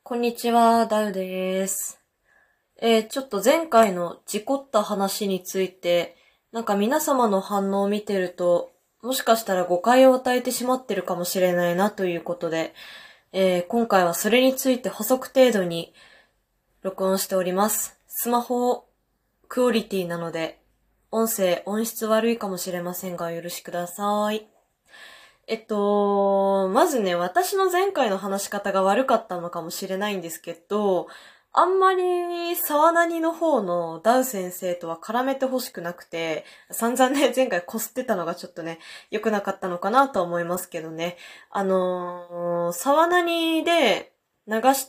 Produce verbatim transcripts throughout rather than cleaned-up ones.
こんにちは、ダウです。えー、ちょっと前回の事故った話について、なんか皆様の反応を見てると、もしかしたら誤解を与えてしまってるかもしれないなということで、えー、今回はそれについて補足程度に録音しております。スマホクオリティなので、音声音質悪いかもしれませんが、よろしくください。えっと、まずね、私の前回の話し方が悪かったのかもしれないんですけど、あんまり沢なにの方のダウ先生とは絡めてほしくなくて、散々ね、前回こすってたのがちょっとね、良くなかったのかなとは思いますけどね。あのー、沢なにで流した、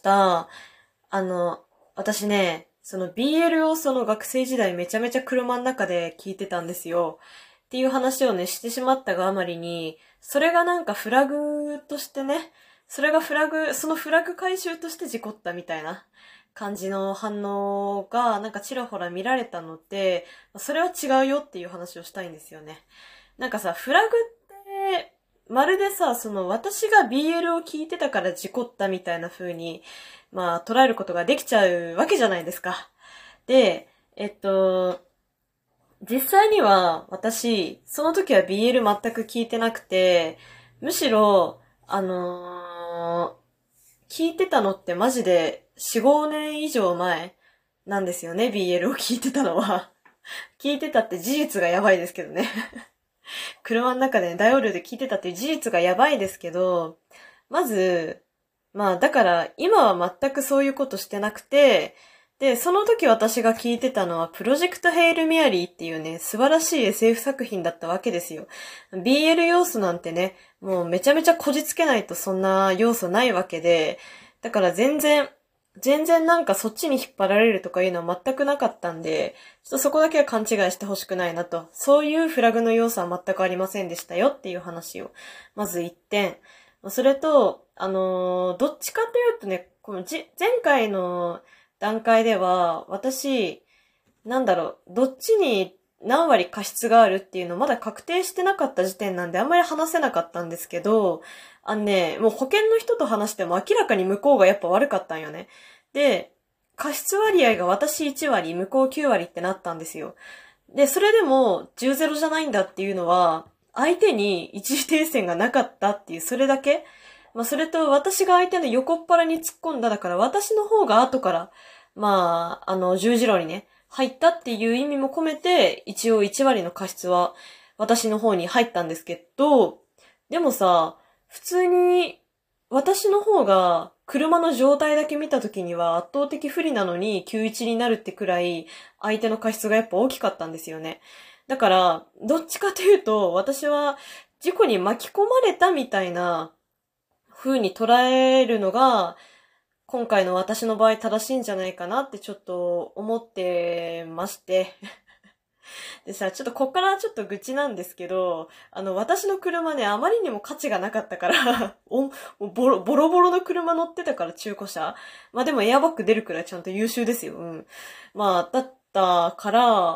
あの、私ね、その ビーエル をその学生時代めちゃめちゃ車の中で聞いてたんですよ。っていう話をね、してしまったがあまりに、それがなんかフラグとしてね、それがフラグ、そのフラグ回収として事故ったみたいな感じの反応がなんかちらほら見られたので、それは違うよっていう話をしたいんですよね。なんかさ、フラグって、まるでさ、その私が ビーエル を聞いてたから事故ったみたいな風に、まあ捉えることができちゃうわけじゃないですか。で、えっと、実際には私、その時は ビーエル 全く聞いてなくて、むしろ、あのー、聞いてたのってマジでよん、ごねん以上前なんですよね、ビーエル を聞いてたのは。聞いてたって事実がやばいですけどね。車の中で、ね、大容量で聞いてたっていう事実がやばいですけど、まず、まあだから今は全くそういうことしてなくて、で、その時私が聞いてたのはプロジェクトヘイルメアリーっていうね、素晴らしい エスエフ 作品だったわけですよ。ビーエル 要素なんてね、もうめちゃめちゃこじつけないとそんな要素ないわけで、だから全然、全然なんかそっちに引っ張られるとかいうのは全くなかったんで、ちょっとそこだけは勘違いしてほしくないなと。そういうフラグの要素は全くありませんでしたよっていう話を、まず一点。それと、あのー、どっちかというとね、このじ、前回の段階では、私、なんだろう、どっちに何割過失があるっていうのまだ確定してなかった時点なんであんまり話せなかったんですけど、あのね、もう保険の人と話しても明らかに向こうがやっぱ悪かったんよね。で、過失割合が私いち割、向こうきゅう割ってなったんですよ。で、それでもじゅうゼロじゃないんだっていうのは、相手に一時停戦がなかったっていう、それだけ。まあ、それと私が相手の横っ腹に突っ込んだだから私の方が後から、まあ、あの、十字路にね、入ったっていう意味も込めて、一応いち割の過失は私の方に入ったんですけど、でもさ、普通に私の方が車の状態だけ見た時には圧倒的不利なのにきゅういちになるってくらい相手の過失がやっぱ大きかったんですよね。だから、どっちかというと私は事故に巻き込まれたみたいな風に捉えるのが今回の私の場合正しいんじゃないかなってちょっと思ってまして。でさ、ちょっとこっからちょっと愚痴なんですけど、あの、私の車ね、あまりにも価値がなかったからお、ボロ、ボロボロの車乗ってたから中古車。まあでもエアバッグ出るくらいちゃんと優秀ですよ。うん。まあ、だったから、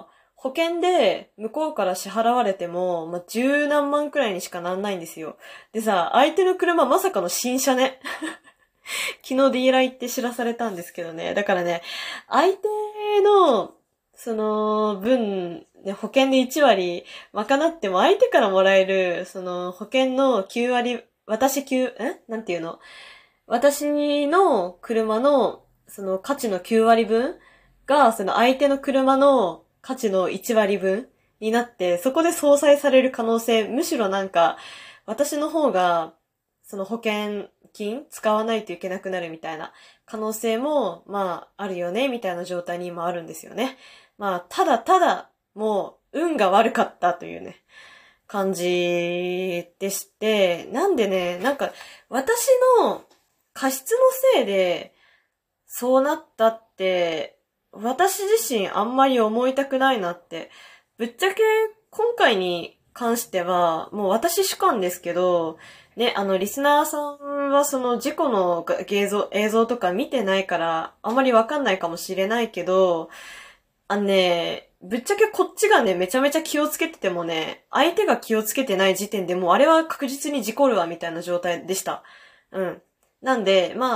保険で向こうから支払われても、まあ十何万くらいにしかなんないんですよ。でさ、相手の車まさかの新車ね。昨日ディーラー行って知らされたんですけどね。だからね、相手の、その分、ね、保険でいち割賄っても相手からもらえる、その保険のきゅう割、私きゅう、えなんていうの私の車の、その価値のきゅう割分が、その相手の車の価値のいち割分になって、そこで相殺される可能性、むしろなんか、私の方が、その保険金使わないといけなくなるみたいな可能性も、まあ、あるよね、みたいな状態に今あるんですよね。まあ、ただただ、もう、運が悪かったというね、感じでして、なんでね、なんか、私の過失のせいで、そうなったって、私自身あんまり思いたくないなって、ぶっちゃけ今回に関しては、もう私主観ですけど、ね、あの、リスナーさんはその事故の映像、映像とか見てないから、あんまりわかんないかもしれないけど、あのね、ぶっちゃけこっちがね、めちゃめちゃ気をつけててもね、相手が気をつけてない時点でもうあれは確実に事故るわ、みたいな状態でした。うん。なんで、まあ、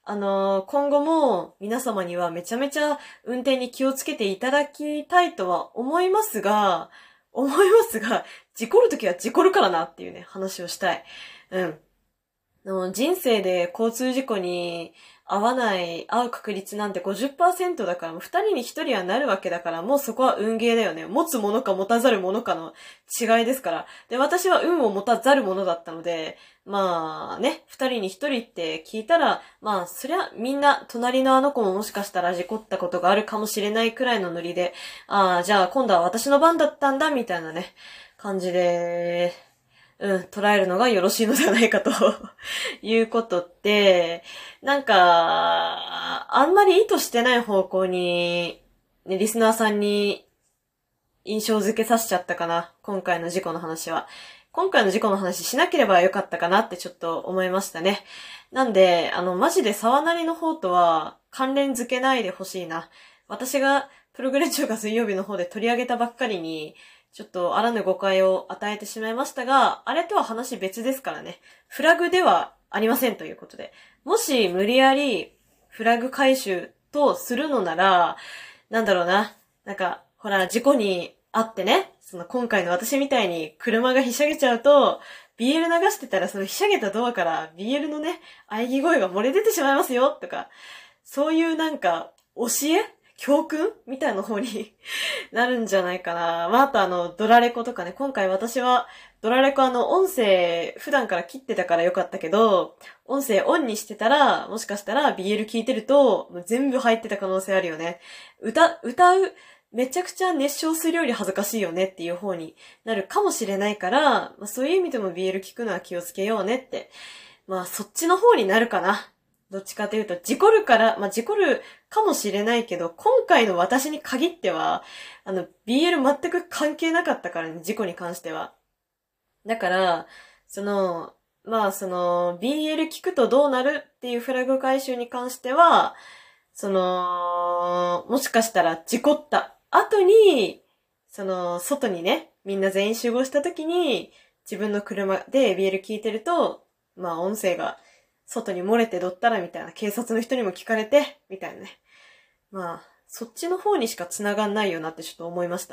あのー、今後も皆様にはめちゃめちゃ運転に気をつけていただきたいとは思いますが、思いますが、事故るときは事故るからなっていうね、話をしたい。うん。の人生で交通事故に遭わない、遭う確率なんて ごじゅっパーセント だから、もうふたりにひとりはなるわけだから、もうそこは運ゲーだよね。持つものか持たざるものかの違いですから。で、私は運を持たざるものだったので、まあね、ふたりにひとりって聞いたら、まあそりゃみんな隣のあの子ももしかしたら事故ったことがあるかもしれないくらいのノリで、ああ、じゃあ今度は私の番だったんだ、みたいなね、感じで、うん、捉えるのがよろしいのではないかということで、なんか、あんまり意図してない方向に、ね、リスナーさんに印象付けさせちゃったかな。今回の事故の話は。今回の事故の話しなければよかったかなってちょっと思いましたね。なんで、あの、マジで沢なりの方とは関連付けないでほしいな。私がプログレ中華水曜日の方で取り上げたばっかりに、ちょっとあらぬ誤解を与えてしまいましたが、あれとは話別ですからね。フラグではありませんということで。もし無理やりフラグ回収とするのなら、なんだろうな。なんか、ほら、事故にあってね、その今回の私みたいに車がひしゃげちゃうと、ビーエル 流してたらそのひしゃげたドアから ビーエル のね、喘ぎ声が漏れ出てしまいますよとか、そういうなんか、教え教訓みたいな方になるんじゃないかな。まあ、あとあの、ドラレコとかね、今回私は、ドラレコあの、音声、普段から切ってたからよかったけど、音声オンにしてたら、もしかしたら ビーエル 聞いてると、もう全部入ってた可能性あるよね。歌、歌う、めちゃくちゃ熱唱するより恥ずかしいよねっていう方になるかもしれないから、まあ、そういう意味でも ビーエル 聞くのは気をつけようねって。まあ、そっちの方になるかな。どっちかというと、事故るから、まあ、事故るかもしれないけど、今回の私に限っては、あの、ビーエル 全く関係なかったからね、事故に関しては。だから、その、まあ、その、ビーエル 聞くとどうなるっていうフラグ回収に関しては、その、もしかしたら事故った後に、その、外にね、みんな全員集合した時に、自分の車で ビーエル 聞いてると、まあ、音声が、外に漏れてどったらみたいな、警察の人にも聞かれて、みたいなね。まあ、そっちの方にしか繋がんないよなってちょっと思いました。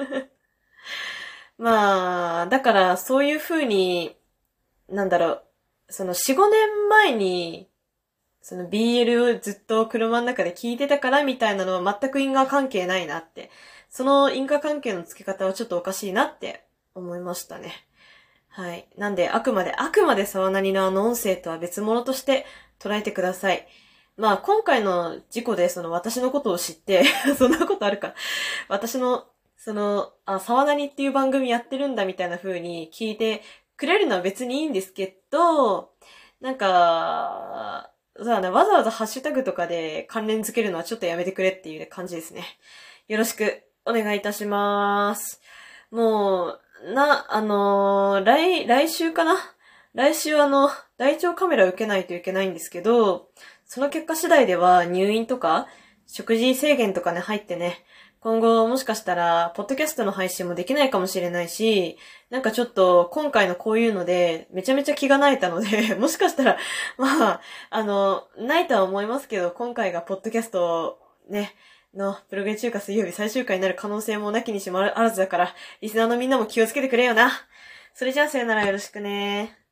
まあ、だからそういう風に、なんだろう、そのよん、ごねんまえに、その ビーエル をずっと車の中で聞いてたからみたいなのは全く因果関係ないなって。その因果関係の付け方はちょっとおかしいなって思いましたね。はい。なんで、あくまで、あくまで沢なりのあの音声とは別物として捉えてください。まあ、今回の事故でその私のことを知って、そんなことあるか。私の、その、あ、沢なりっていう番組やってるんだみたいな風に聞いてくれるのは別にいいんですけど、なんか、そうだね、わざわざハッシュタグとかで関連付けるのはちょっとやめてくれっていう感じですね。よろしくお願いいたします。もう、な、あのー、来、来週かな来週あの、大腸カメラ受けないといけないんですけど、その結果次第では入院とか、食事制限とかね、入ってね、今後もしかしたら、ポッドキャストの配信もできないかもしれないし、なんかちょっと、今回のこういうので、めちゃめちゃ気が泣いたので、もしかしたら、まあ、あの、ないとは思いますけど、今回がポッドキャスト、ね、の、プログレ中華水曜日最終回になる可能性もなきにしもあらずだから、リスナーのみんなも気をつけてくれよな。それじゃあさよならよろしくね。